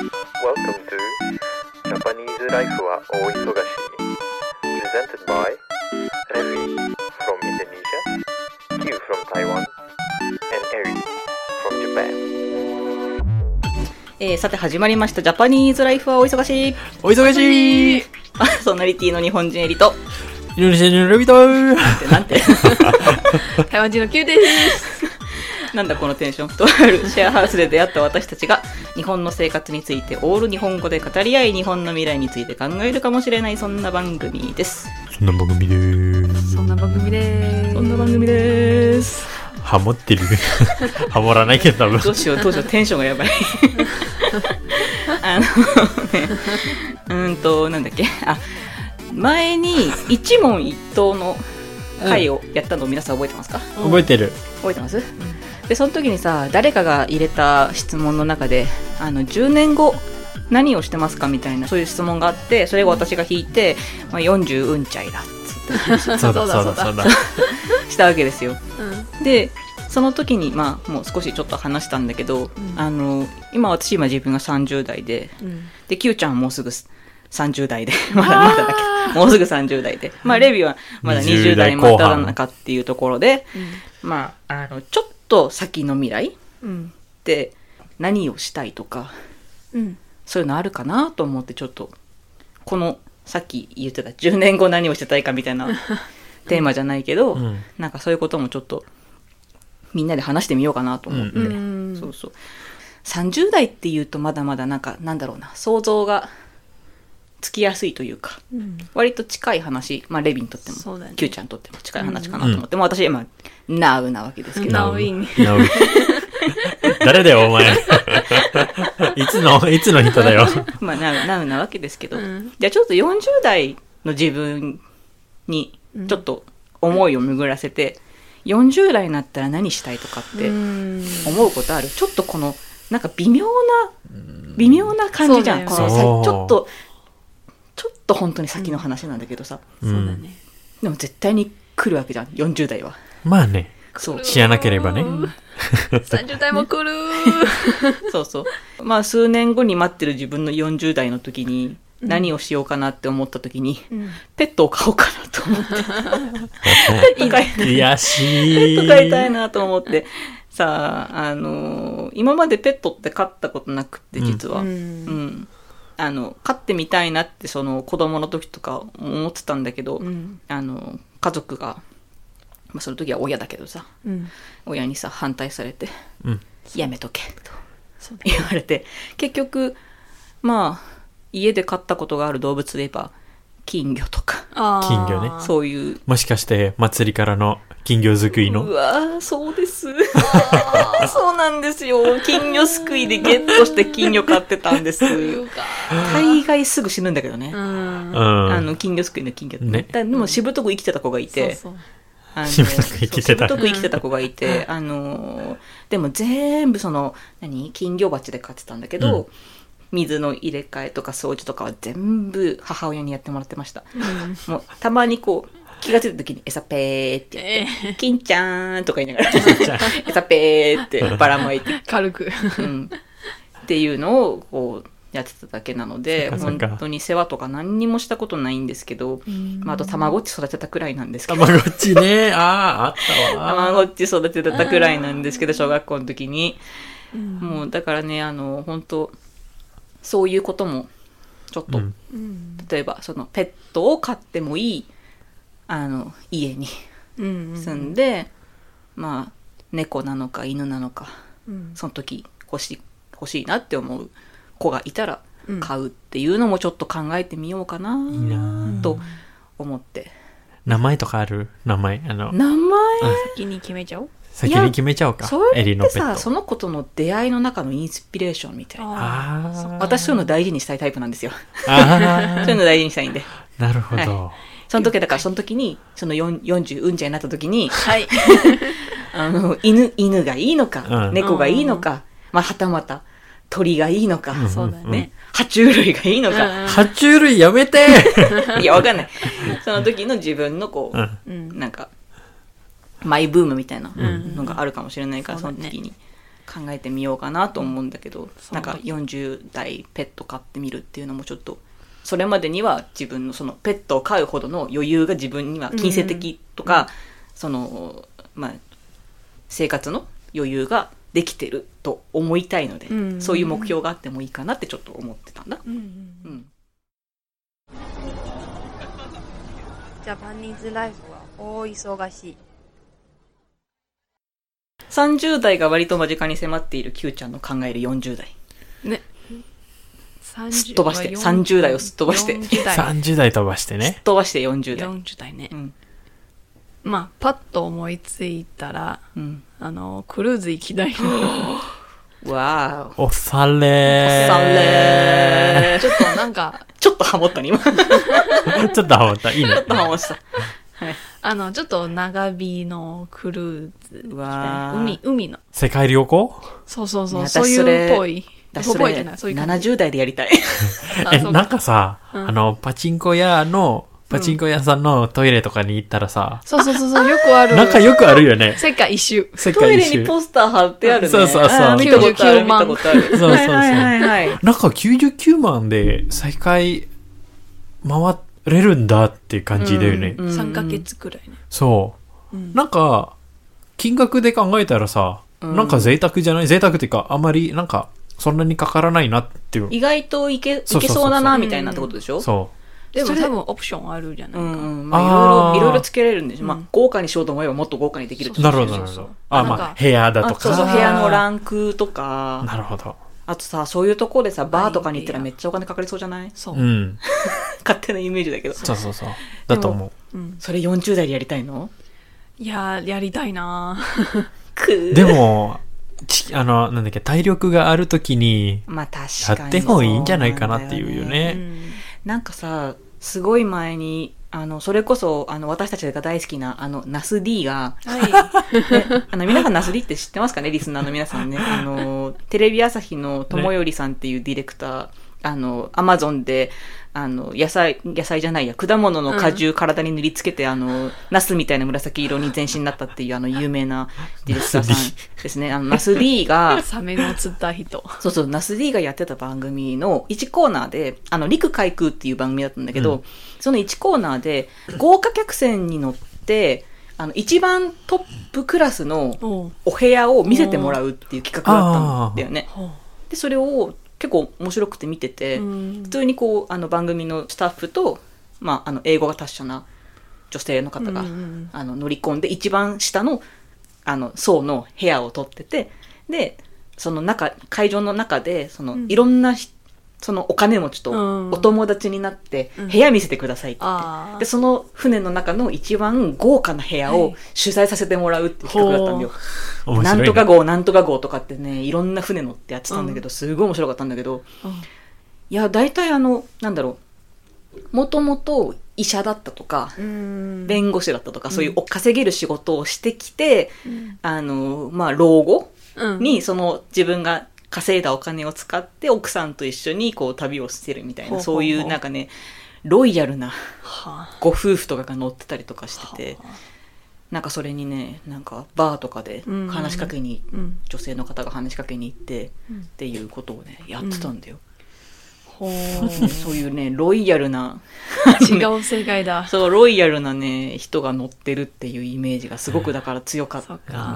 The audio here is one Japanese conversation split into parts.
Welcome to Japanese Life は大忙し Presented by Revi from Indonesia, Q from Taiwan, and Eri from Japan. さて始まりましたジャパニーズライフはお忙しいお忙しいパーソナリティの日本人エリとインドネシア人のラビトなんて台湾人の Q ですなんだこのテンション。とあるシェアハウスで出会った私たちが日本の生活についてオール日本語で語り合い、日本の未来について考えるかもしれない、そんな番組です。 そんな番組でーす。 そんな番組でそんな番組です。 ハモってるハモらないけど多分どうしようテンションがやばいなんだっけ、前に一問一答の回をやったのを皆さん覚えてますか？ 覚えてる。 覚えてます？でその時にさ、誰かが入れた質問の中で10年後何をしてますかみたいなそういう質問があって、それを私が引いて、40うんちゃいだっつってそうだしたわけですよ、でその時にもう少しちょっと話したんだけど、今自分が30代で、で Q ちゃんはもうすぐ30代でまだだけどもうすぐ30代で、レビはまだ20代真っただ中っていうところで、ちょっと先の未来って何をしたいとか、そういうのあるかなと思って、ちょっとこのさっき言ってた10年後何をしてたいかみたいなテーマじゃないけど、なんかそういうこともちょっとみんなで話してみようかなと思って、そうそう、30代っていうとまだまだなんだろうな、想像がつきやすいというか、割と近い話、レビにとっても、Q ちゃんにとっても近い話かなと思って、私今ナウなわけですけど、 ナウイン誰だよお前いつの人だよナウなわけですけど、じゃあちょっと40代の自分にちょっと思いを巡らせて、40代になったら何したいとかって思うことある？ちょっとこのなんか微妙な感じじゃん、このちょっと本当に先の話なんだけどさ、 そうだね。 でも絶対に来るわけじゃん、40代は。 まあね、 そう知らなければね、 30代も来るそう数年後に待ってる自分の40代の時に何をしようかなって思った時に、ペットを飼おうかなと思って悔しいペット飼いたいなと思ってさあ、今までペットって飼ったことなくって実は、飼ってみたいなってその子供の時とか思ってたんだけど、家族が、その時は親だけどさ、親にさ反対されて、やめとけと言われて、結局家で飼ったことがある動物で言えば金魚とか、 金魚ね、 そういう。 もしかして祭りからの金魚すくいの？ うわー、そうですそうなんですよ、金魚すくいでゲットして金魚飼ってたんです大概すぐ死ぬんだけどね、金魚すくいの金魚って、ね、でもしぶとく生きてた子がいて、しぶとく生きてた子がいてでも全部金魚鉢で飼ってたんだけど、水の入れ替えとか掃除とかは全部母親にやってもらってました、もうたまにこう気がついた時に餌ペーって言って、金ちゃーんとか言いながら餌ペーってばらまいて軽く、 っていうのをこうやってただけなので、本当に世話とか何にもしたことないんですけど、あとたまごっち育てたくらいなんですけど、 たまごっちね、あったわ、 たまごっち育てたくらいなんですけど、小学校の時に、もうだからね、本当そういうこともちょっと、例えばそのペットを飼ってもいい家に住んで、猫なのか犬なのか、その時欲しいなって思う子がいたら買うっていうのもちょっと考えてみようかなと思って。 名前とかある？名前先に決めちゃおう。 先に決めちゃおうか。 それってさ、その子との出会いの中のインスピレーションみたいな。私そういうの大事にしたいタイプなんですよそういうの大事にしたいんで。 なるほど、 その時にその40うんちゃいになった時に、犬がいいのか、猫がいいのか、はたまた鳥がいいのか、 そうだね、 爬虫類がいいのか、 爬虫類やめていやわかんない、その時の自分のこう、なんかマイブームみたいなのがあるかもしれないから、その時に考えてみようかなと思うんだけど、 そうなんか40代ペット飼ってみるっていうのもちょっとそれまでには自分のそのペットを飼うほどの余裕が自分には金銭的とか、そのまあ生活の余裕ができてると思いたいので、そういう目標があってもいいかなってちょっと思ってたんだ。 ジャパニーズライフは大忙しい。 30代が割と間近に迫っている Q ちゃんの考える40代。 ね。 すっ飛ばして、30代をすっ飛ばして。 30代飛ばしてね。 すっ飛ばして40代。 40代ね。まあ、パッと思いついたら、クルーズ行きたいの。 わーおされおされちょっとなんか、 ちょっとハモったね、今。ちょっちょっとハモった。いいね。 とハモした。 ちょっと長火のクルーズ。 わー海の。 世界旅行そうそうそう。 ねそういうっぽい。 それぽいじゃない。そういう感じ。 70代でやりたい。 なんかさ、パチンコ屋さんのトイレとかに行ったらさ、 そうそうそう、よくある。 なんかよくあるよね。 世界一周。 トイレにポスター貼ってあるね。 そうそうそう。 見たことある、 99万見たことある。 そうそうそう。 はいはいはい。 なんか99万で世界回れるんだっていう感じだよね。 3ヶ月くらいね。 そう。なんか、金額で考えたらさ、なんか贅沢じゃない？贅沢っていうか、あまりなんか、そんなにかからないなっていう。 意外といけそうだな、みたいなってことでしょ？ そう。 でも多分オプションあるじゃないか。 まあいろいろつけれるんでしょ。まあ豪華にしようと思えばもっと豪華にできるってことでしょ。 なるほど、なるほど。まあ部屋だとか。 そうそう、部屋のランクとか。 なるほど。 あとさ、そういうところでさ、バーとかに行ったらめっちゃお金かかりそうじゃない？ そう。 勝手なイメージだけど。 そうそうそう。だと思う。 それ40代でやりたいの？ いや、やりたいなでも、なんだっけ、体力があるときに、 まあ確かにやってもいいんじゃないかなっていうよね。 なんかさ、すごい前に、それこそ、私たちが大好きな、ナス D が、皆さんナス D って知ってますかね、リスナーの皆さんね。テレビ朝日の友よりさんっていうディレクター、アマゾンで、野菜じゃないや、果物の果汁体に塗りつけて、ナスみたいな紫色に全身になったっていう、有名なディレクターさんですね。ナス D が、 サメの釣った人。 そうそう、ナス D がやってた番組の1コーナーで、陸海空っていう番組だったんだけど、その1コーナーで、豪華客船に乗って、一番トップクラスのお部屋を見せてもらうっていう企画だったんだよね。で、それを結構面白くて見てて、普通にこう、番組のスタッフと、まあ、英語が達者な女性の方が、乗り込んで、一番下の、層の部屋を取ってて、で、その会場の中で、いろんなそのお金持ちとお友達になって部屋見せてくださいって言って、でその船の中の一番豪華な部屋を取材させてもらうっていう企画だったんだよ。なんとか号なんとか号とかってね、いろんな船乗ってやってたんだけど、すごい面白かったんだけど、いや大体なんだろう、もともと医者だったとか弁護士だったとか、そういう稼げる仕事をしてきて、まあ老後にその自分が稼いだお金を使って奥さんと一緒にこう旅をしてるみたいな、そういうなんかね、ロイヤルなご夫婦とかが乗ってたりとかしてて、なんかそれにね、なんかバーとかで話しかけに、女性の方が話しかけに行ってっていうことをね、やってたんだよ。そういうね、ロイヤルな違う世界だ。 そう、ロイヤルなね、人が乗ってるっていうイメージがすごくだから強かった。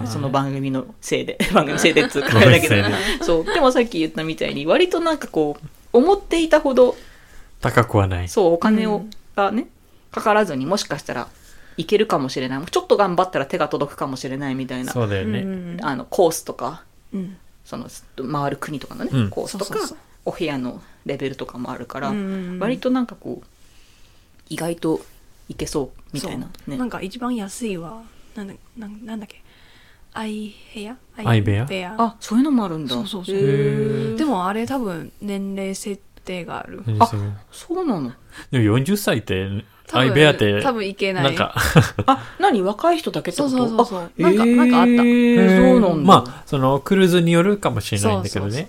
その番組のせいで。番組のせいでっていうかあれだけど。そう。でもさっき言ったみたいに、割となんかこう、思っていたほど、 高くはない。 そう、お金がね、かからずにもしかしたらいけるかもしれない。ちょっと頑張ったら手が届くかもしれないみたいな。 そうだよね。 コースとか、その、回る国とかのね、コースとか、お部屋のレベルとかもあるから、割となんかこう意外といけそうみたいな、ね、 なんか一番安いはなんだっけ、アイ部屋。 あ、そういうのもあるんだ。 そうでもあれ多分年齢設定がある。 あ、そうなの。 でも40歳ってアイベアって多分いけない。 なんか何、若い人だけってこと？ そうなんかあった。 そうなんだ。 まあそのクルーズによるかもしれないんだけどね。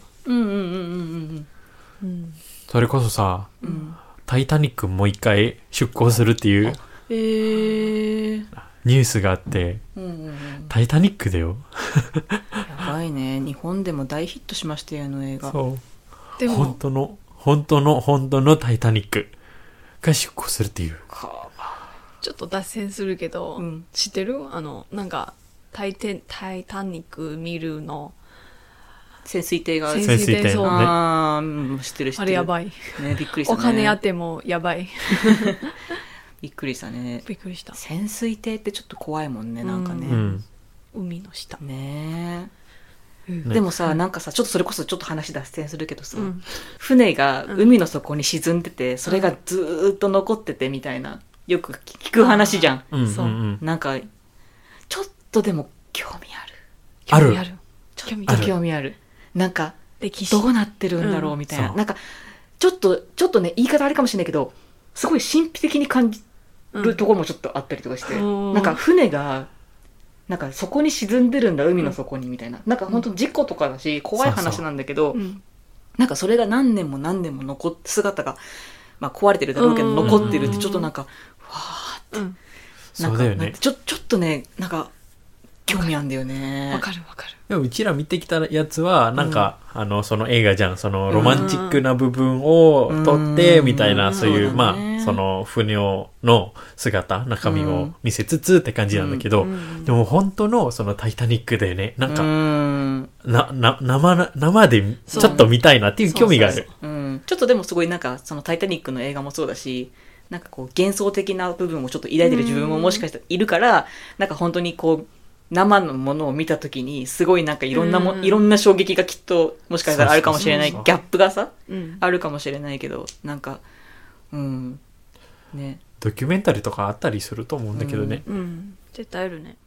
それこそさ、タイタニックもう一回出航するっていうニュースがあって、タイタニックだよ。 やばいね。日本でも大ヒットしましたよ、あの映画。 そうでも本当のタイタニックが出航するっていう。 ちょっと脱線するけど、知ってる？なんかタイタニック見るの潜水艇が潜水艇そうああ、知ってる。 あれやばい。 ね、びっくりしたね。 お金あってもやばい。 びっくりしたね。 びっくりした。 潜水艇ってちょっと怖いもんね、なんかね。 海の下。 ねえ。でもさ、なんかさ、ちょっとそれこそちょっと話脱線するけどさ、船が海の底に沈んでて、それがずーっと残っててみたいな、よく聞く話じゃん。 そう。 なんか、ちょっとでも興味ある。 ちょっと興味ある。なんか、 歴史どうなってるんだろうみたいな。なんか、ちょっとね、言い方あれかもしれないけど、すごい神秘的に感じるところもちょっとあったりとかして、なんか船が、なんかそこに沈んでるんだ、海の底にみたいな。なんか本当事故とかだし、怖い話なんだけど、なんかそれが何年も姿が、まあ壊れてるだろうけど、残ってるってちょっとなんか、わーって。 そうだよね。 ちょっとね、なんか、興味あるんだよね。 わかる。 でもうちら見てきたやつは、なんか、その映画じゃん、そのロマンチックな部分を撮って、みたいな、そういう、まあ、その船の姿、中身を見せつつって感じなんだけど、でも本当のそのタイタニックでね、なんか、生でちょっと見たいなっていう興味がある。 ちょっとでもすごいなんか、そのタイタニックの映画もそうだし、なんかこう幻想的な部分をちょっと抱いてる自分ももしかしたらいるから、なんか本当にこう、生のものを見たときにすごいなんかいろんな衝撃がきっともしかしたらあるかもしれない。ギャップがさ、あるかもしれないけど、なんか、ね。 ドキュメンタリーとかあったりすると思うんだけどね。 絶対あるね。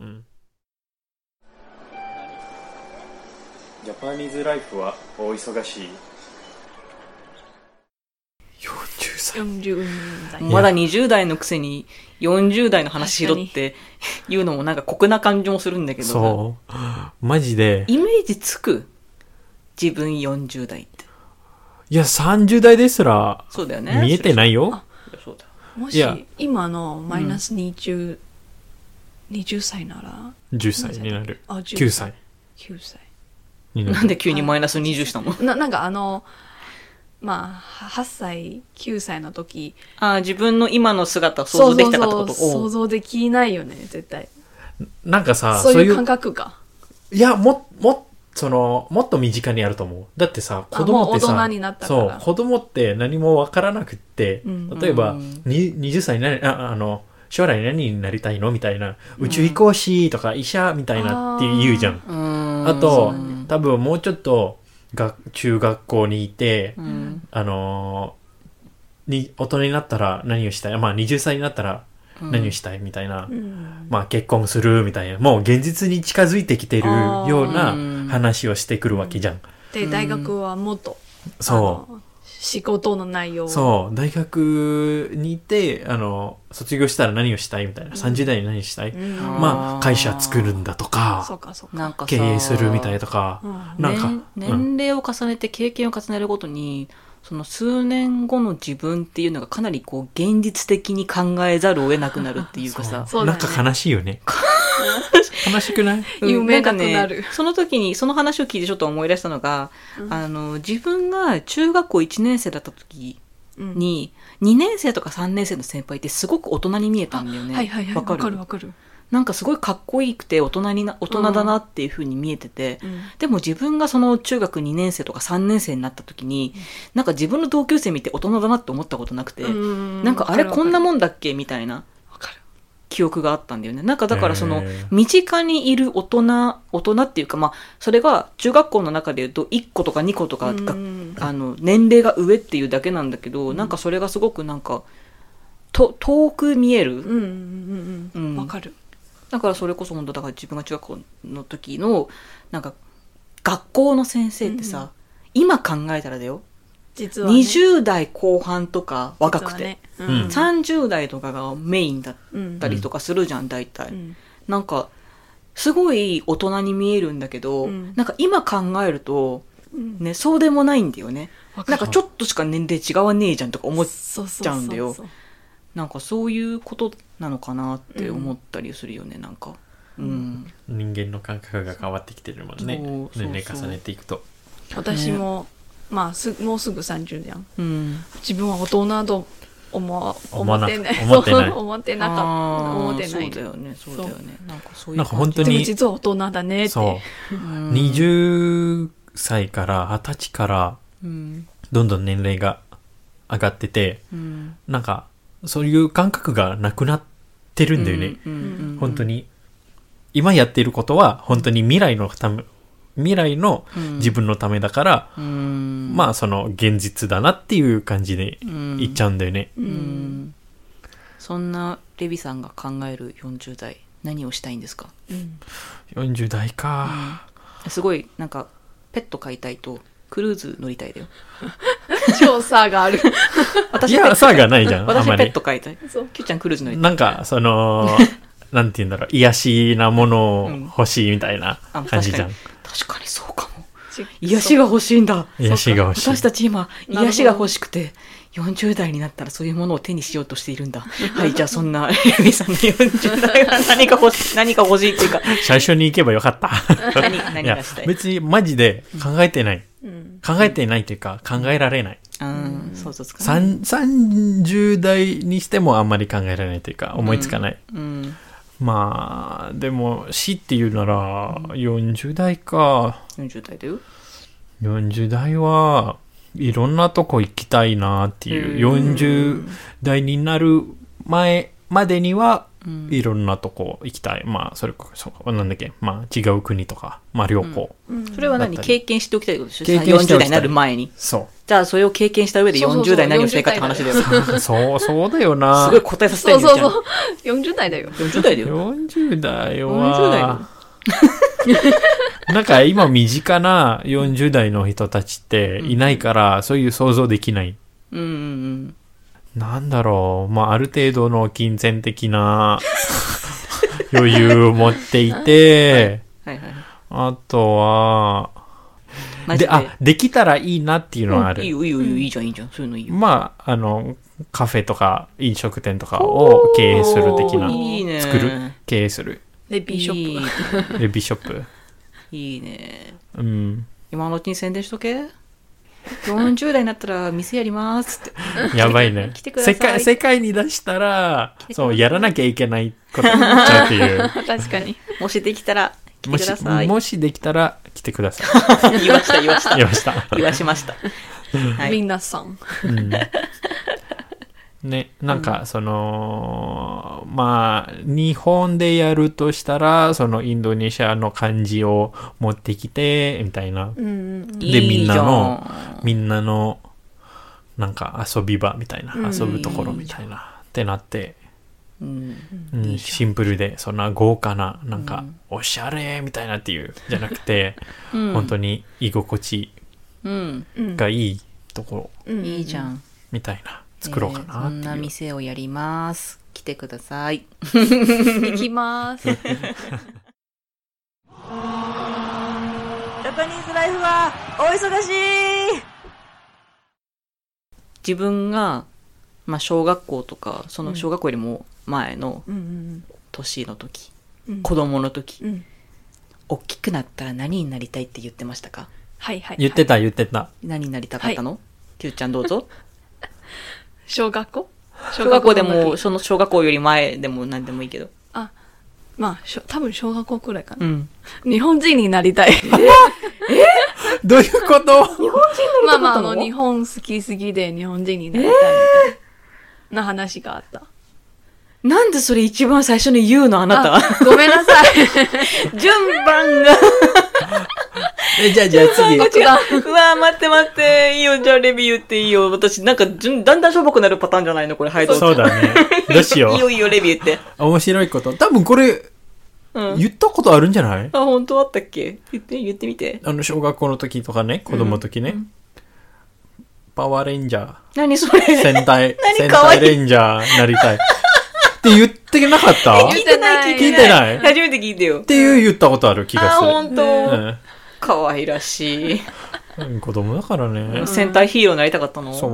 ジャパニーズライフは大忙しい。 40歳。 まだ20代のくせに40代の話しろって言うのもなんか酷な感じもするんだけど。 そう。マジで。 イメージつく？自分40代って。 いや、30代ですら、 そうだよね。 見えてないよ。 そうだ。 もし、今のマイナス20歳なら 10歳になる。 9 歳。 9歳。 なんで急にマイナス20したの？ なんかまあ、8歳、9歳の時。 自分の今の姿を想像できたかってこと？ 想像できないよね、絶対。 なんかさ、 そういう感覚が。 いや、もっと身近にあると思う。だってさ、子供ってさ、 もう大人になったから。 そう、子供って何もわからなくって、例えば、20歳に将来何になりたいのみたいな、宇宙飛行士とか医者みたいなって言うじゃん。あと、多分もうちょっと、中学校にいて、大人になったら何をしたい、まあ20歳になったら何をしたいみたいな、まあ結婚するみたいな、もう現実に近づいてきてるような話をしてくるわけじゃん。 で、大学はもっと、仕事の内容。 そう、大学にいて、卒業したら何をしたいみたいな、30代に何したい、まあ、会社作るんだとか、 なんか経営するみたいとか、なんか、 年齢を重ねて経験を重ねるごとに、その数年後の自分っていうのがかなりこう、現実的に考えざるを得なくなるっていうかさ。 なんか悲しいよね。悲しくない？ 夢なくなる。 その時に、その話を聞いてちょっと思い出したのが、自分が中学校1年生だった時に、2年生とか3年生の先輩ってすごく大人に見えたんだよね。 わかる。 なんかすごいかっこいいくて大人だなっていう風に見えてて、でも自分がその中学2年生とか3年生になった時に、なんか自分の同級生見て大人だなって思ったことなくて、なんかあれこんなもんだっけみたいな記憶があったんだよね。なんかだからその身近にいる大人っていうか、まあそれが中学校の中で言うと1個とか2個とかが年齢が上っていうだけなんだけど、なんかそれがすごくなんか遠く見える。 わかる。 だからそれこそ本当だから自分が中学校の時のなんか学校の先生ってさ、今考えたらだよ、実はね、20代後半とか若くて、30代とかがメインだったりとかするじゃん、大体。なんかすごい大人に見えるんだけど、なんか今考えると、ね、そうでもないんだよね。なんかちょっとしか年齢違わねえじゃんとか思っちゃうんだよ。なんかそういうことなのかなって思ったりするよね、なんか。 人間の感覚が変わってきてるもんね。年齢重ねていくと。 私も、まあもうすぐ30じゃん。自分は大人と思ってない。思ってない。思ってなかった。思ってない。 そうだよね。そうだよね。なんかそういうなんか本当に。 でも実は大人だねって。 そう。20歳から20歳から、どんどん年齢が上がってて、なんか、そういう感覚がなくなってるんだよね。本当に。今やっていることは、本当に未来の自分のためだから、まあその現実だなっていう感じで言っちゃうんだよね。 そんなレビさんが考える40代、何をしたいんですか ？40代か、 すごい、なんか、ペット飼いたいと、クルーズ乗りたいだよ。 超差がある。 いや、差がないじゃん。 私はペット飼いたい。キュちゃんクルーズ乗りたい。 なんか、なんて言うんだろう、癒しなものを欲しいみたいな感じじゃん。 確かにそうかも。癒しが欲しいんだ。 癒しが欲しい。 私たち今、癒しが欲しくて、40代になったらそういうものを手にしようとしているんだ。はい、じゃあそんな、レミさんの40代は何か欲しいっていうか。 最初に行けばよかった。 何がしたい？ 別にマジで考えてない。考えてないというか、考えられない。 想像つかない。 30代にしてもあんまり考えられないというか、思いつかない。まあ、でも、死っていうなら、40代か。 40代だよ。 40代はいろんなとこ行きたいなっていう。40代になる前までには、いろんなとこ行きたい。まあ、それこそ、なんだっけ、まあ、違う国とか、まあ、旅行。 それは経験しておきたいってことでしょ？40代になる前に。 そう。 じゃあ、それを経験した上で40代何をしたいかって話だよ。 そうだよな。 すごい答えさせたいんじゃん。 そう。40代だよ。 40代だよ。 40代は、なんか今身近な40代の人たちっていないから、そういう想像できない。なんだろう、まあある程度の金銭的な余裕を持っていて、あとは、できたらいいなっていうのはある。 いいじゃん、そういうのいいよ。 まあ、カフェとか飲食店とかを経営する的な、経営する。 レビーショップ。レビーショップ。 いいね。 今のうちに宣伝しとけ。40代になったら店やりますって。 やばいね。 来てください。 世界に出したら、そう、やらなきゃいけないことになっちゃうっていう。 確かに。 もしできたら、来てください。 もしできたら、来てください。言わしました。 みんなさん。 ね、なんか、まあ、日本でやるとしたら、インドネシアの感じを持ってきて、みたいな。で、みんなの、なんか遊び場みたいな、遊ぶところみたいな、ってなって、シンプルで、そんな豪華な、なんか、おしゃれみたいなっていう、じゃなくて、本当に居心地がいいところ。 いいじゃん。 みたいな。作ろうかなっていう。 そんな店をやります。来てください。 行きます。ジャパニーズライフはお忙しい。自分が、まあ、小学校とかその小学校よりも前の年の時、子供の時、大きくなったら何になりたいって言ってましたか？ 言ってた。 何になりたかったの？きゅうちゃんどうぞ。 小学校でも、その小学校より前でも何でもいいけど。 まあ、多分小学校くらいかな。日本人になりたい。 どういうこと？ 日本人になりたかったの？ 日本好きすぎで日本人になりたいみたいな話があった。 なんでそれ一番最初に言うのあなた。 ごめんなさい。 順番が。 じゃあ次。 うわ待っていいよ、じゃあレビュー言っていいよ。私なんかだんだんしょぼくなるパターンじゃないのこれ。はい、 そうだね。どうしよう。 いいよレビューって。 面白いこと。多分これ、言ったことあるんじゃない？ 本当あったっけ？言ってみて。 小学校の時とかね、子供の時ね。パワーレンジャー。 何それ？ 戦隊レンジャーなりたい。って言ってなかった？ 聞いてない。 聞いてない？ 初めて聞いてよ。 っていう言ったことある気がする。 本当。可愛らしい。 子供だからね。 戦隊ヒーローになりたかったの？ そう。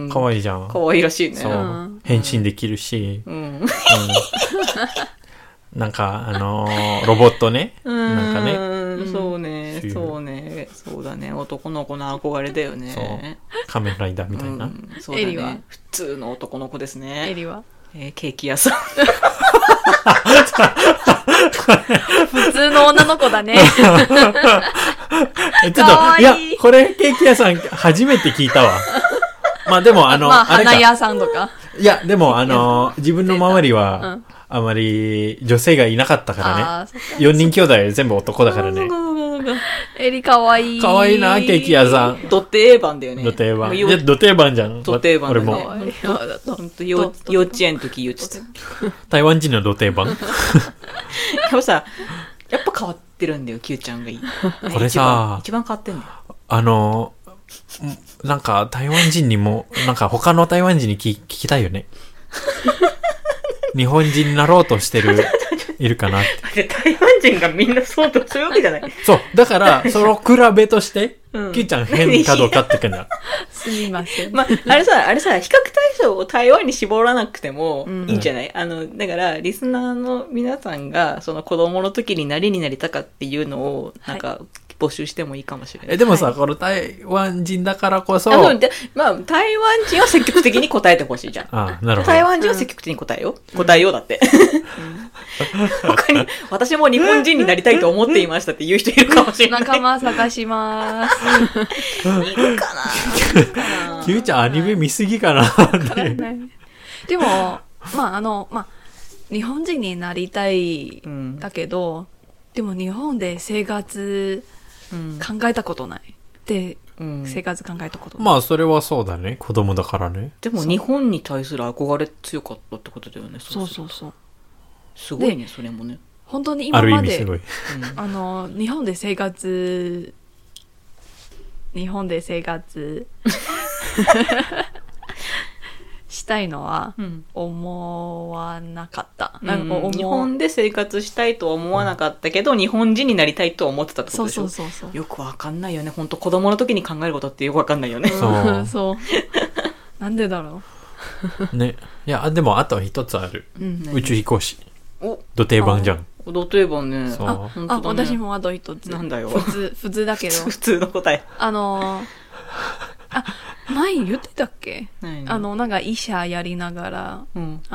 可愛いじゃん。 可愛いらしいね。 そう。変身できるし。 なんかロボットね。なんかね。 そうね、そうね、そうだね、男の子の憧れだよね。 そう。仮面ライダーみたいな。 そうだエリはね。普通の男の子ですね。 エリはケーキ屋さん。 普通の女の子だね。 ちょっと、いや、これケーキ屋さん初めて聞いたわ。まあでもまあ、 あれか。 花屋さんとか。 いや、でも自分の周りは、あまり女性がいなかったからね。4人兄弟全部男だからね。 エリかわいい。 かわいいな、ケーキ屋さん。 ド定番だよね。 ド定番。いや、ド定番じゃん。 ド定番だね。 俺も。 ほんと幼稚園の時言ってた。 台湾人のド定番。 でもさ、やっぱ変わってるんだよ、Q ちゃんがいい。 これさ、 一番変わってんだよ。 なんか台湾人にも、なんか他の台湾人に聞きたいよね。日本人になろうとしてる、いるかなって。 台湾人がみんなそういうわけじゃない。 そう。だから、その比べとして、Q ちゃん変かどうかってくんだ。 すみません。 まあ、あれさ、比較対象を台湾に絞らなくてもいいんじゃない？だから、リスナーの皆さんが、その子供の時に何になりたかっていうのを、なんか、募集してもいいかもしれない。 でもさ、この台湾人だからこそ。 まあ、台湾人は積極的に答えてほしいじゃん。 ああ、なるほど。 台湾人は積極的に答えようだって。他に、私も日本人になりたいと思っていましたって言う人いるかもしれない。 仲間探します。 いるかな Q ちゃんアニメ見すぎかなでも、まあ、日本人になりたいだけど、でも日本で生活考えたことない。で、生活考えたことない。 まあ、それはそうだね。子供だからね。 でも日本に対する憧れ強かったってことだよね。 そうそうそう。 すごいね、それもね。 本当に今まで、 ある意味すごい。 日本で生活したいのは思わなかった。 日本で生活したいとは思わなかったけど、日本人になりたいとは思ってたってことでしょ。 そう。 よくわかんないよね。本当子供の時に考えることってよくわかんないよね。 そう。なんでだろう。ね。いや、でもあと一つある。宇宙飛行士。ド定番じゃん。 ド定番ね。 私もあと一つ。 なんだよ。 普通だけど。 普通の答え。 前言ってたっけ？なんか医者やりながら、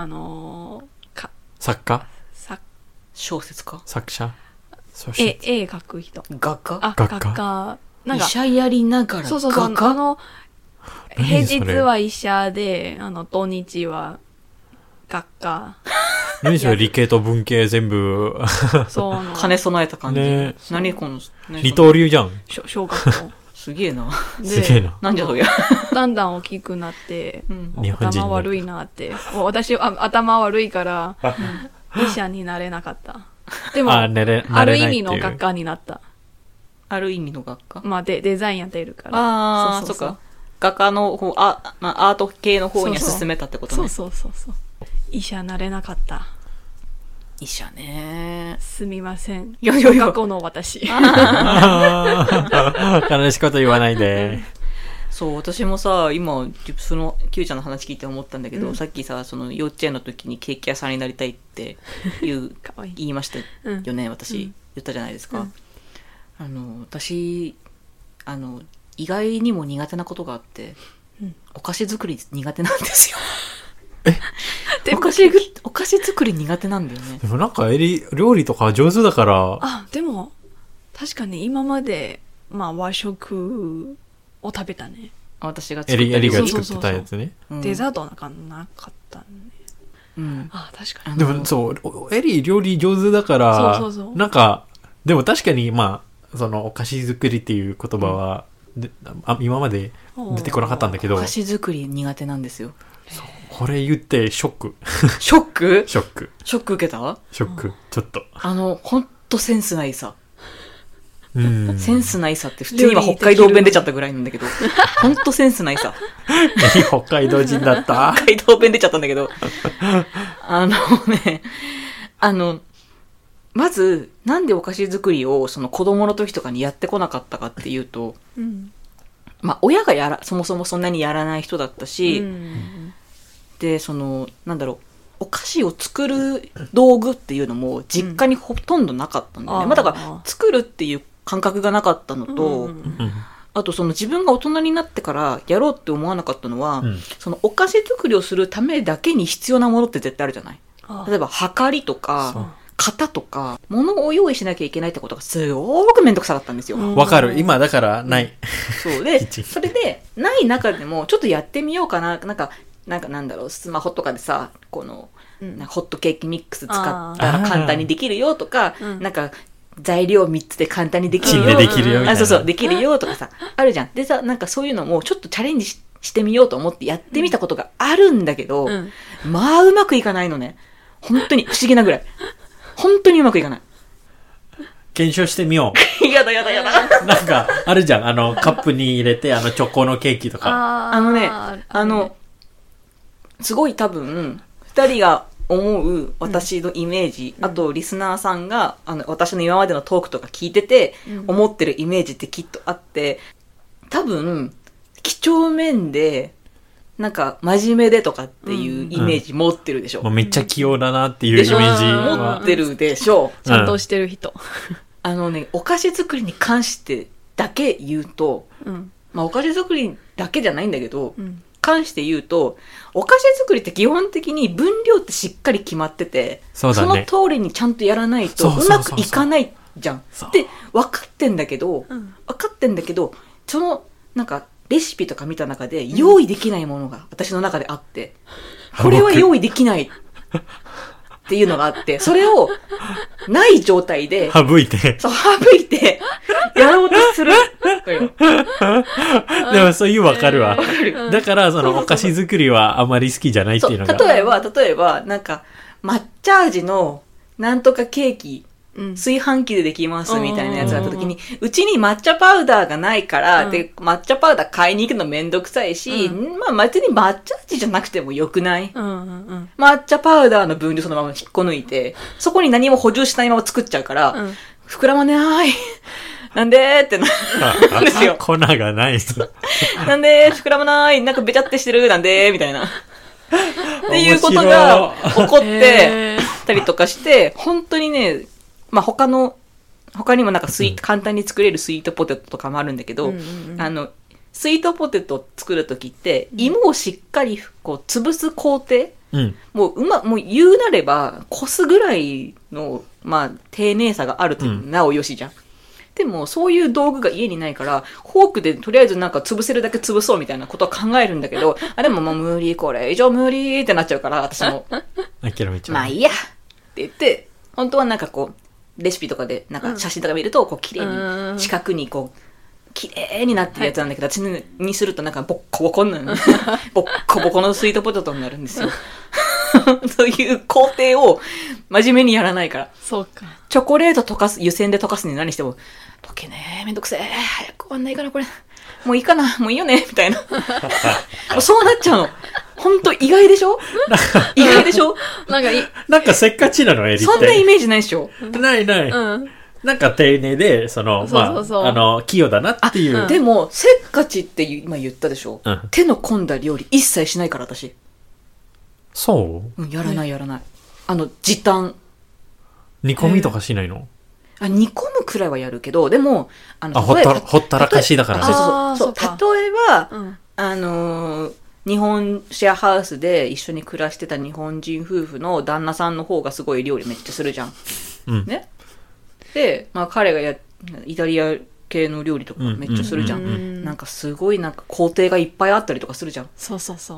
作家？ 小説家？ 作者？ 絵描く人。 画家？ 画家。 医者やりながらそう。平日は医者で、土日は画家。 何それ理系と文系全部。 そう。兼ね備えた感じ。 ね。 何この。 二刀流じゃん。 小学校。 すげえな。なんじゃそりゃ。 だんだん大きくなって、頭悪いなって。私は頭悪いから、医者になれなかった。でも、ある意味の学科になった。 ある意味の学科？ まあ、デザインやってるから。 ああ、そっか。画家の方、アート系の方に進めたってことね。 そう。医者なれなかった。 医者ね。 すみません。小学校の私。 悲しいこと言わないで。 そう、私もさ、今、その、Q ちゃんの話聞いて思ったんだけど、さっきさ、その幼稚園の時にケーキ屋さんになりたいって言いましたよね、私。言ったじゃないですか。私、意外にも苦手なことがあって、お菓子作り苦手なんですよ。お菓子作り苦手なんだよね。 でもなんか料理とか上手だから。 でも確かに今まで和食を食べたね。 私が作ったエリが作ってたやつね。 デザートなんかなかったね。確かに。 でもそうエリ料理上手だから。なんかでも確かにそのお菓子作りっていう言葉は、今まで出てこなかったんだけど。 お菓子作り苦手なんですよ。 これ言ってショック。 ショックショック受けた？ ショック、ちょっと。 ほんとセンスないさ。センスないさって普通に今北海道弁出ちゃったぐらいなんだけど、ほんとセンスないさ。 北海道人だった？ 北海道弁出ちゃったんだけど。まず、なんでお菓子作りをその子供の時とかにやってこなかったかっていうと、親がそもそもそんなにやらない人だったし、で、なんだろう、 お菓子を作る道具っていうのも実家にほとんどなかったんだよね。まあだから作るっていう感覚がなかったのと、あとその自分が大人になってからやろうって思わなかったのは、そのお菓子作りをするためだけに必要なものって絶対あるじゃない。例えば、はかりとか、型とか、物を用意しなきゃいけないってことがすごくめんどくさかったんですよ。 わかる。今だからない。 そうで、それで、ない中でもちょっとやってみようかな。なんだろう、スマホとかでさ、この、ホットケーキミックス使ったら簡単にできるよとか、なんか、材料3つで簡単にできるよ。 チンでできるよみたいな。 そうそう、できるよとかさ、あるじゃん。でさ、なんかそういうのもちょっとチャレンジしてみようと思ってやってみたことがあるんだけど、まあうまくいかないのね。本当に不思議なぐらい。本当にうまくいかない。 検証してみよう。やだ。 なんか、あるじゃん。カップに入れて、チョコのケーキとか。 すごい多分、二人が思う私のイメージ、あとリスナーさんが私の今までのトークとか聞いてて、思ってるイメージってきっとあって、多分几帳面でなんか真面目でとかっていうイメージ持ってるでしょ。 もうめっちゃ器用だなっていうイメージは持ってるでしょ。 ちゃんとしてる人。 お菓子作りに関してだけ言うと、まあお菓子作りだけじゃないんだけど。関して言うと、お菓子作りって基本的に分量ってしっかり決まってて、その通りにちゃんとやらないとうまくいかないじゃん。で、分かってんだけど、その、なんか、レシピとか見た中で用意できないものが私の中であって、これは用意できないっていうのがあって、それをない状態で、 省いて、 やろうとする。 でもそういうわかるわ。だから、そのお菓子作りはあまり好きじゃないっていうのが。 例えば、なんか、抹茶味のなんとかケーキ、炊飯器でできますみたいなやつがあった時に、うちに抹茶パウダーがないから、で、抹茶パウダー買いに行くのめんどくさいし、まあ別に抹茶味じゃなくてもよくない？抹茶パウダーの分量そのまま引っこ抜いて、そこに何も補充しないまま作っちゃうから、膨らまない。なんでってなるんですよ。 粉がない。 なんで膨らまない。なんかべちゃってしてる。なんでみたいな。っていうことが起こってたりとかして、本当にね、まあ他にもなんか簡単に作れるスイートポテトとかもあるんだけど、スイートポテトを作るときって、芋をしっかりこう潰す工程、もう言うなれば、こすぐらいの、まあ、丁寧さがあるとなおよしじゃん。でも、そういう道具が家にないから、フォークでとりあえずなんか潰せるだけ潰そうみたいなことは考えるんだけど、でももう無理、これ以上無理ってなっちゃうから、私も。 諦めちゃう。 まあいいやって言って、本当はなんかこう、レシピとかで、なんか写真とか見ると、こう、綺麗に、四角にこう、綺麗になってるやつなんだけど、私にするとなんかボッコボコになる。ボッコボコのスイートポテトになるんですよ。そういう工程を真面目にやらないから。 そうか。 チョコレート溶かす、湯煎で溶かすに何しても、溶けねえ、めんどくせえ、早く終わんないからこれ。もういいかな、もういいよね、みたいな。もうそうなっちゃうの。ほんと意外でしょ？意外でしょ？ なんかせっかちなの、エリって。 そんなイメージないでしょ？ ない。なんか丁寧で、器用だなっていう。 でも、せっかちって今言ったでしょ？手の込んだ料理一切しないから、私。 そう？ やらない。時短。 煮込みとかしないの？ 煮込むくらいはやるけど、でも、 ほったらかしだからね。そう。例えば、日本シェアハウスで一緒に暮らしてた日本人夫婦の旦那さんの方がすごい料理めっちゃするじゃん。ね。で、まあ彼がイタリア系の料理とかめっちゃするじゃん。なんかすごいなんか工程がいっぱいあったりとかするじゃん。 そう。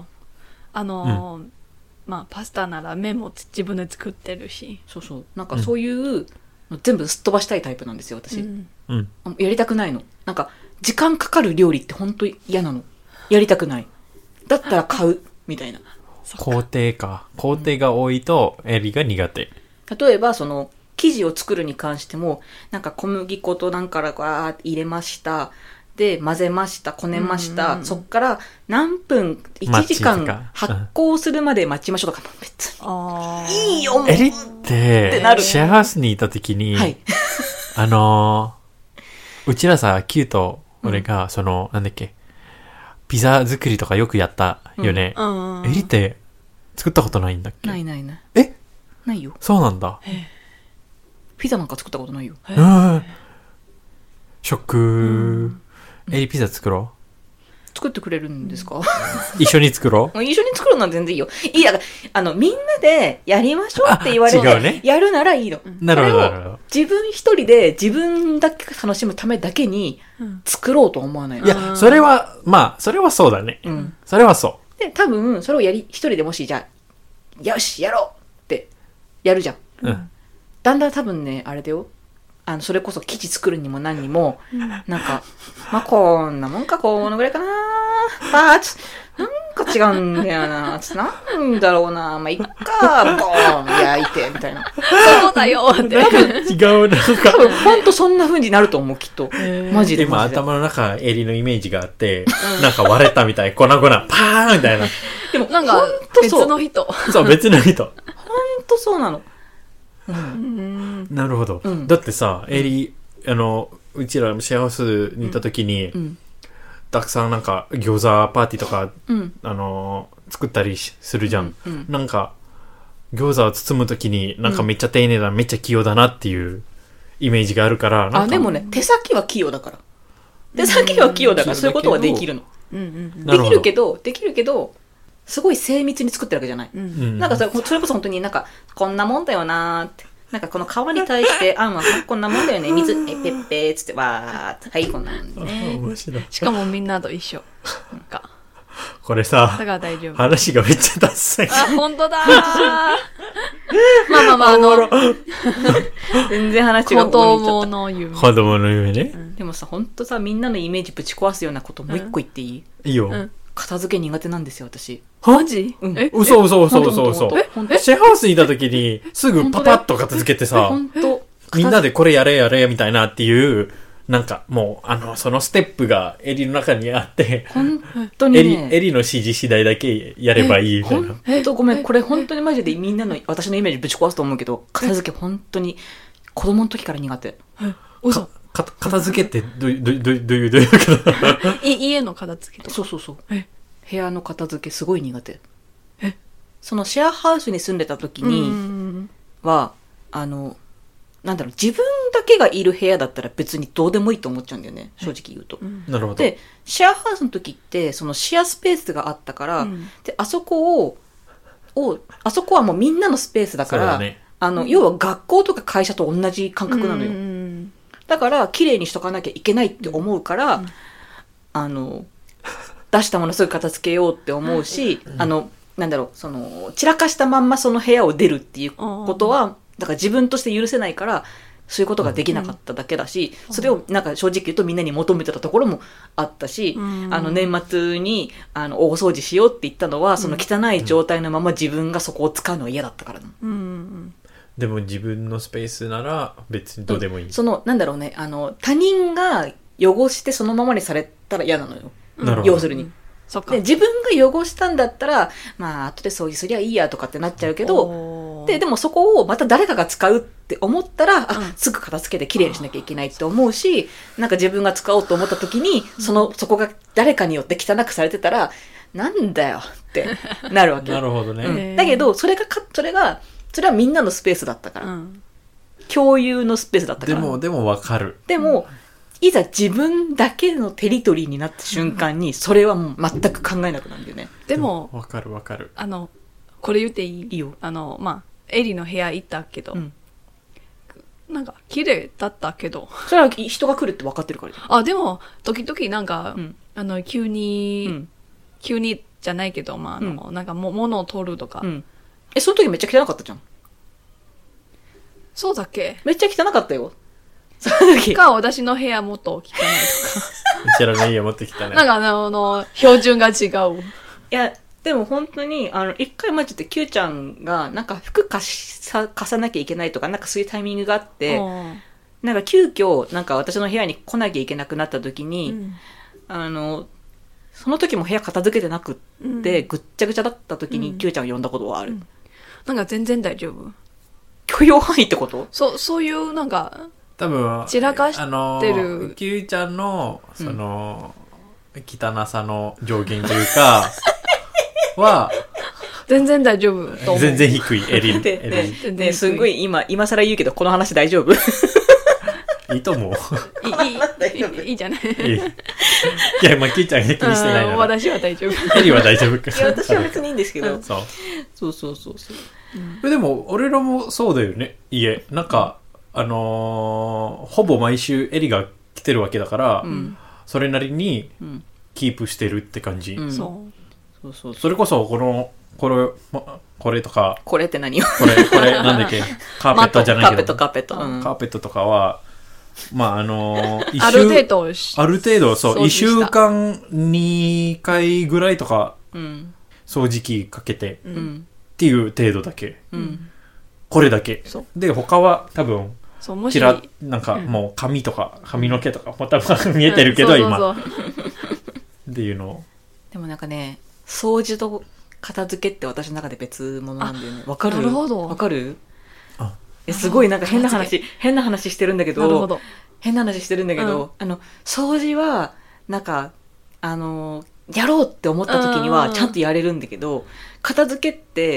まあパスタなら麺も自分で作ってるし。 そう。なんかそういう全部すっ飛ばしたいタイプなんですよ、私。やりたくないの。なんか時間かかる料理って本当に嫌なの。やりたくない。だったら買うみたいな。 工程が多いとエリが苦手。 例えばその生地を作るに関しても、なんか小麦粉となんからわーって入れました。で、混ぜました、こねました。そっから何分、1時間発酵するまで待ちましょうとか、別に。いいよ、もう。 エリって、シェアハウスにいた時に、うちらさ、キューと俺が、なんだっけ、ピザ作りとかよくやったよね。エリって、 作ったことないんだっけ？ ないないない。 え？ ないよ。 そうなんだ。 ピザなんか作ったことないよ。 うん。ショック。エリピザ作ろ作ってくれるんですか？ う？一緒に作ろう？ 一緒に作るのは全然いいよ。いい、だからみんなでやりましょうって言われて、 違うねやるならいいの。 なるほど、なるほど。 自分一人で自分だけが楽しむためだけに作ろうと思わないの。 いや、それは、まあ、それはそうだね。それはそう。で、多分、それを一人でもし、じゃあ、よし、やろうってやるじゃん。だんだん多分ね、あれだよ。それこそ生地作るにも何にも、なんか、まあ、こんなもんか、このぐらいかな。なんか違うんだよな。なんだろうな。まあ、いっか、ボーン、焼いて、みたいな。 そうだよって。 違う、なんか。 多分、ほんとそんな風になると思う、きっと。マジで。 今、頭の中、襟のイメージがあって、なんか割れたみたい、粉々、パーンみたいな。 でも、なんか、別の人。 そう、別の人。 ほんとそうなの。 なるほど。だってさ、襟、うちらシェアハウスにいた時に、たくさんなんか餃子パーティーとか、作ったりするじゃん。なんか、餃子を包む時になんかめっちゃ丁寧だ、めっちゃ器用だなっていうイメージがあるから、なんかでもね、手先は器用だから。手先は器用だから、そういうことはできるの。できるけど、すごい精密に作ってるわけじゃない。なんかそれこそ本当になんか、こんなもんだよなーって。なんかこの皮に対してあんはこんなもんだよね。水、ペッペーっつってわーって。はい、こんなもんね。 面白い。 しかもみんなと一緒。なんか。 これさ、 だから大丈夫。 話がめっちゃダサい。 本当だー。まあ、 全然話が子供の夢。 子供の夢ね。 でもさ、ほんとさ、みんなのイメージぶち壊すようなこともう一個言っていい？ いいよ。 片付け苦手なんですよ、私。 マジ？ 嘘。シェアハウスにいた時に、すぐパパッと片付けてさ、みんなでこれやれみたいなっていう、なんかもう、そのステップが襟の中にあって、 本当にね。 襟の指示次第だけやればいいみたいな。 本当ごめん、これ本当にマジでみんなの、私のイメージぶち壊すと思うけど、片付け本当に、子供の時から苦手。 嘘。 片付けってどういうこと家の片付けとか。 そう。部屋の片付けすごい苦手。そのシェアハウスに住んでた時には、なんだろう、自分だけがいる部屋だったら別にどうでもいいと思っちゃうんだよね、正直言うと。 なるほど。 で、シェアハウスの時って、そのシェアスペースがあったから、で、あそこはもうみんなのスペースだから、要は学校とか会社と同じ感覚なのよ。だから、綺麗にしとかなきゃいけないって思うから、出したものすぐ片付けようって思うし、なんだろう、散らかしたまんまその部屋を出るっていうことは、だから自分として許せないから、そういうことができなかっただけだし、それをなんか正直言うとみんなに求めてたところもあったし、年末に大掃除しようって言ったのは、その汚い状態のまま自分がそこを使うのは嫌だったからな。 でも自分のスペースなら別にどうでもいい。 なんだろうね、他人が汚してそのままにされたら嫌なのよ。要するに。で自分が汚したんだったら、まあ、後で掃除すりゃいいやとかってなっちゃうけど、でもそこをまた誰かが使うって思ったら、すぐ片付けてきれいにしなきゃいけないって思うし、なんか自分が使おうと思った時に、そこが誰かによって汚くされてたら、なんだよってなるわけ。 なるほどね。 だけど、それはみんなのスペースだったから。共有のスペースだったから。 でもわかる。 でも、いざ自分だけのテリトリーになった瞬間に、それはもう全く考えなくなるんだよね。 でも、 わかる。 これ言っていい？ いいよ。 エリの部屋行ったけど、なんか、綺麗だったけど。 それは人が来るって分かってるから。 でも、時々なんか、急にじゃないけど、なんか物を取るとか。 その時めっちゃ汚かったじゃん。 そうだっけ？ めっちゃ汚かったよ。 私の部屋もっと汚いとか。 うちらの家もっと汚い。 なんか標準が違う。 いや、でも本当に、一回前ちょっと Q ちゃんが、なんか服貸さなきゃいけないとか、なんかそういうタイミングがあって、なんか急遽、なんか私の部屋に来なきゃいけなくなった時に、その時も部屋片付けてなくって、ぐっちゃぐちゃだった時に Q ちゃんを呼んだことはある。 なんか全然大丈夫。 許容範囲ってこと？ そういうなんか、 多分散らかしてる。 キューちゃんの、汚さの上限というか、は、 全然大丈夫と思う。 全然低い、襟。 すごい今更言うけど、この話大丈夫？ いいと思う。 いいじゃない。 いや、まあ、キーちゃんが気にしてないなら。 私は大丈夫。 襟は大丈夫か。 いや、私は別にいいんですけど。 そうでも、俺らもそうだよね、家。なんか、ほぼ毎週襟が来てるわけだから、それなりにキープしてるって感じ。それこそ、これとか。 これって何よ。 これ、なんだっけ。カーペットじゃないけど。 カーペット。 カーペットとかは、まあ、 ある程度、 そう、1週間2回ぐらいとか、掃除機かけて、っていう程度だけ。これだけ。で、他は多分、なんかもう髪とか、髪の毛とか、も多分見えてるけど、今。っていうのを。 でもなんかね、掃除と片付けって私の中で別物なんだよね。わかる？ なるほど。 わかる？すごいなんか変な話してるんだけど、掃除は、なんか、やろうって思った時にはちゃんとやれるんだけど、片付けって、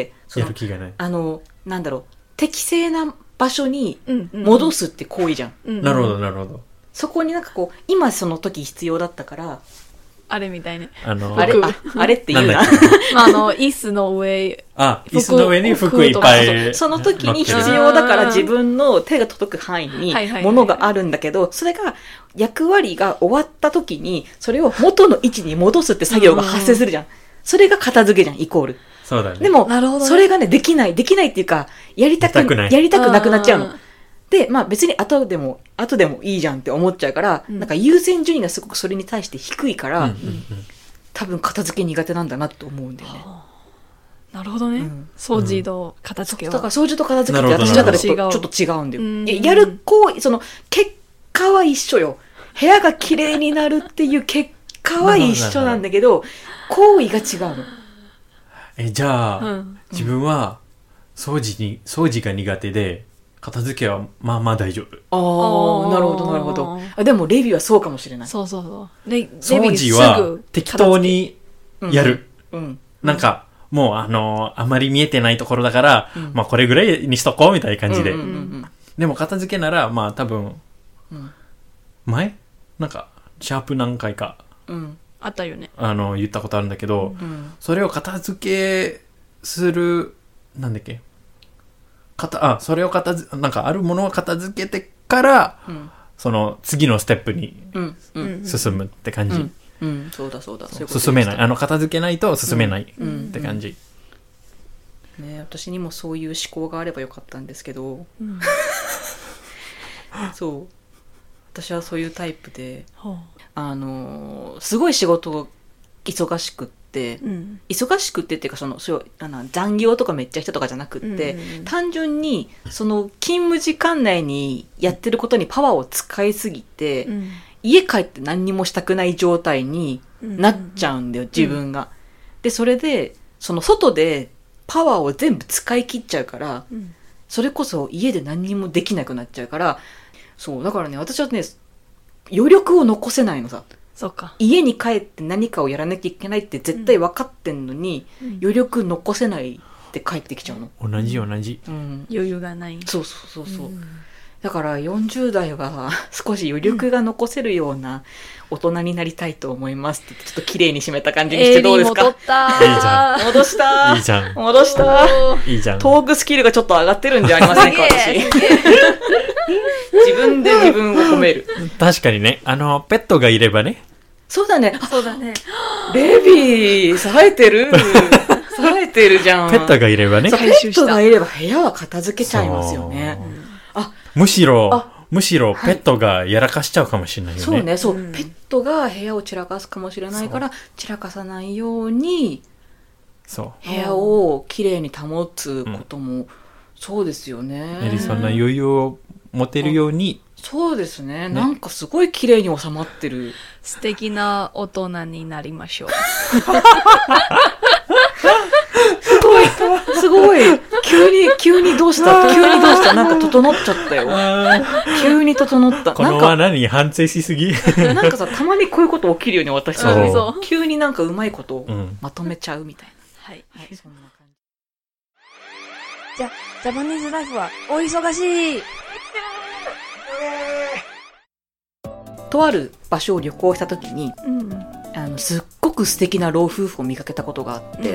やる気がない。 なんだろう、適正な場所に戻すって行為じゃん。 なるほど、なるほど。 そこになんかこう、今その時必要だったから、 あれみたいね。 あれって言うな。 椅子の上。 椅子の上に服いっぱい。 その時に必要だから自分の手が届く範囲に物があるんだけど、それが役割が終わった時に、それを元の位置に戻すって作業が発生するじゃん。それが片付けじゃん、イコール。 そうだね。 でも、それがね、できないっていうか、やりたくなくなっちゃうの。で、まあ別に後でもいいじゃんって思っちゃうから、なんか優先順位がすごくそれに対して低いから、多分片付け苦手なんだなと思うんだよね。 なるほどね。掃除と片付けは。 だから掃除と片付けって私の中でちょっと違うんだよ。やる行為、結果は一緒よ。部屋が綺麗になるっていう結果は一緒なんだけど、行為が違うの。 じゃあ、自分は掃除が苦手で、片付けはまあまあ大丈夫。 なるほどなるほど。でもレビューはそうかもしれない。 そう。 掃除は適当にやる。なんかもうあまり見えてないところだから、まあこれぐらいにしとこうみたいな感じで。でも片付けならまあ多分、前なんかシャープ何回か、 あったよね。 言ったことあるんだけど、それを片付けするなんだっけ。それをなんかあるものを片付けてから、その次のステップに進むって感じ。 そうだ。 進めない。片付けないと進めないって感じ。 ね、私にもそういう思考があればよかったんですけど、そう。私はそういうタイプで、すごい仕事忙しくって、忙しくってっていうか残業とかめっちゃしたとかじゃなくって、単純にその勤務時間内にやってることにパワーを使いすぎて、家帰って何にもしたくない状態になっちゃうんだよ、自分が。でそれでその外でパワーを全部使い切っちゃうから、それこそ家で何にもできなくなっちゃうから、そうだからね、私はね余力を残せないのさ。 そうか。 家に帰って何かをやらなきゃいけないって絶対分かってんのに、余力残せないって帰ってきちゃうの。 同じ、 余裕がない。 そう、だから40代は少し余力が残せるような大人になりたいと思いますってちょっと綺麗に締めた感じにしてどうですか？ いいじゃん。 戻したいいじゃん。 戻したいいじゃん。 トークスキルがちょっと上がってるんじゃありませんか、私。自分で自分を褒める。 確かにね、ペットがいればね。 そうだね。 そうだね。 ベビー、冴えてる。冴えてるじゃん。 ペットがいればね。 ペットがいれば部屋は片付けちゃいますよね。 むしろペットがやらかしちゃうかもしれないよね。 そうね、ペットが部屋を散らかすかもしれないから、散らかさないように、部屋をきれいに保つことも、そうですよね。 そんな余裕を持てるように。 そうですね。なんかすごい綺麗に収まってる。 素敵な大人になりましょう。 すごい。急にどうしたなんか整っちゃったよ。急に整った。 このは何反省しすぎなんかさ、たまにこういうこと起きるよね、私は。急になんかうまいことをまとめちゃうみたいな。 はい。 そんな感じ。 ジャパニーズライフはお忙しい。 とある場所を旅行した時に、すっごく素敵な老夫婦を見かけたことがあって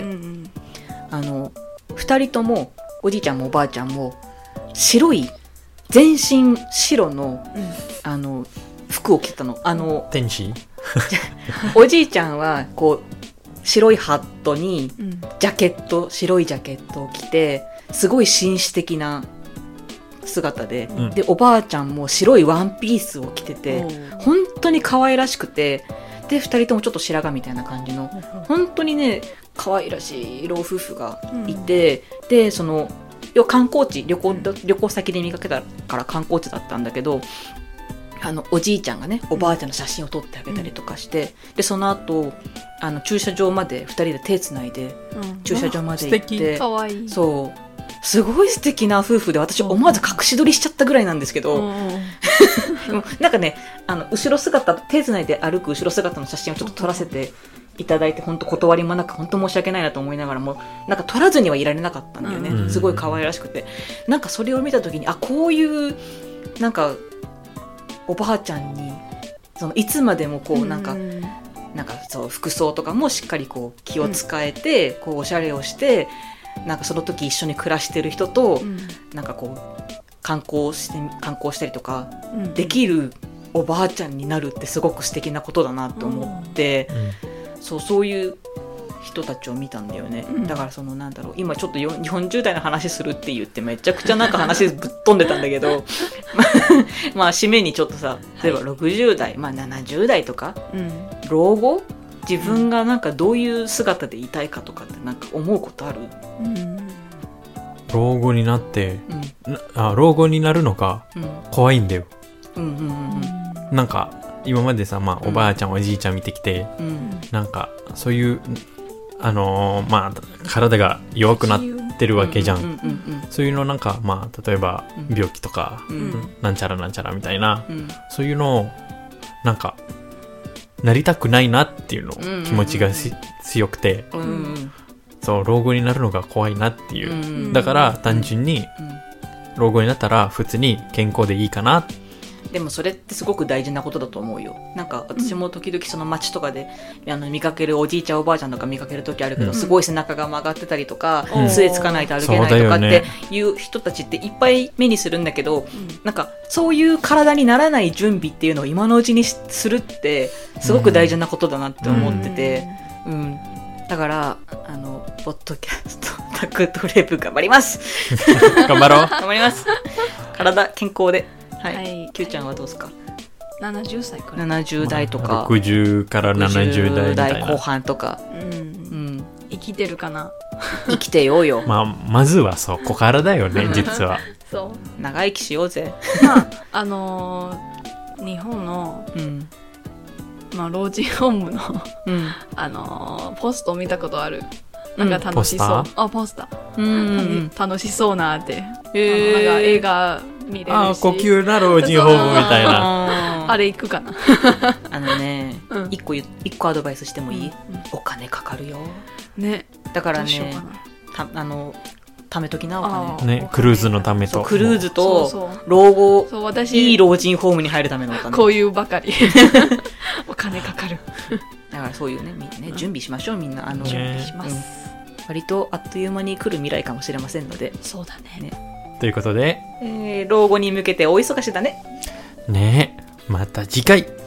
、2人ともおじいちゃんもおばあちゃんも白い全身白の、服を着てたの。 天使おじいちゃんはこう白いハットにジャケット、白いジャケットを着てすごい紳士的な姿で、でおばあちゃんも白いワンピースを着てて、本当に可愛らしくて、で2人ともちょっと白髪みたいな感じの本当にね可愛らしい老夫婦がいて、でその観光地、旅行先で見かけたから観光地だったんだけど、おじいちゃんがねおばあちゃんの写真を撮ってあげたりとかして、でその後駐車場まで2人で手つないで、駐車場まで行って、 かわいい。 そうすごい素敵な夫婦で、私思わず隠し撮りしちゃったぐらいなんですけど、でもなんかね後ろ姿、手つないで歩く後ろ姿の写真をちょっと撮らせていただいて、本当断りもなく本当申し訳ないなと思いながらも、なんか撮らずにはいられなかったんだよね、すごい可愛らしくて、なんかそれを見た時にこういうなんかおばあちゃんにいつまでもこうなんかそう服装とかもしっかりこう気を使えて、こうおしゃれをして、なんかその時一緒に暮らしてる人と、なんかこう観光したりとかできるおばあちゃんになるってすごく素敵なことだなと思って、そういう人たちを見たんだよね、だからなんだろう、今ちょっと40代の話するって言ってめちゃくちゃなんか話ぶっ飛んでたんだけどまあ締めにちょっとさ、例えば60代、70代とか、老後自分がなんかどういう姿でいたいかとかってなんか思うことある？ 老後になって、老後になるのが怖いんだよ。なんか今までさ、おばあちゃんおじいちゃん見てきて、なんかそういう体が弱くなってるわけじゃん。そういうのなんか例えば病気とか、なんちゃらなんちゃらみたいな、そういうのをなんかなりたくないなっていうの気持ちが強くて、そう老後になるのが怖いなっていう、だから単純に老後になったら普通に健康でいいかな。 でもそれってすごく大事なことだと思うよ。なんか私も時々その街とかで見かけるおじいちゃんおばあちゃんとか見かける時あるけど、すごい背中が曲がってたりとか、杖つかないと歩けないとかっていう人たちっていっぱい目にするんだけど、なんかそういう体にならない準備っていうのを今のうちにするってすごく大事なことだなって思ってて、だからポッドキャストタクトレブ頑張ります頑張ろう頑張ります。体健康で。はい、Q ちゃんはどうですか ？70歳くらい。 70代とか、 60から70代みたいな。 後半とか。 生きてるかな？ 生きてようよ。 まずはそこからだよね、実は。 そう。 長生きしようぜ。 日本の、老人ホームの、ポストを見たことある。なんか楽しそう。ポスター。楽しそうなって。なんか映画見れるし。 呼吸な老人ホームみたいな。 あれ行くかな。 一個アドバイスしてもいい？お金かかるよ。 ね。 だからね、貯めときな、お金。 ね、クルーズのためと。 クルーズと、老後、いい老人ホームに入るためのお金。 こういうばかり。お金かかる。 だからそういうね、準備しましょう、みんな。 準備します。 割とあっという間に来る未来かもしれませんので。 そうだね。 ということで、 老後に向けて大忙しだね。 ねえ、また次回。